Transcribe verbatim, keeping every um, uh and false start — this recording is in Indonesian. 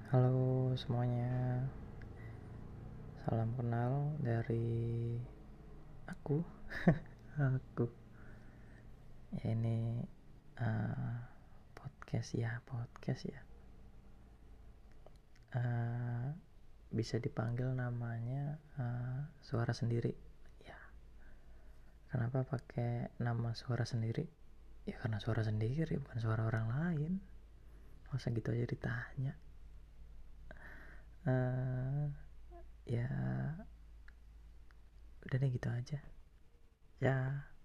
Halo semuanya, salam kenal dari aku. Aku ya ini uh, podcast ya podcast ya. Uh, bisa dipanggil namanya uh, suara sendiri. Ya, kenapa pakai nama suara sendiri? Ya karena suara sendiri, bukan suara orang lain. Masa gitu aja ditanya? Uh, ya, udah deh gitu aja. Ya.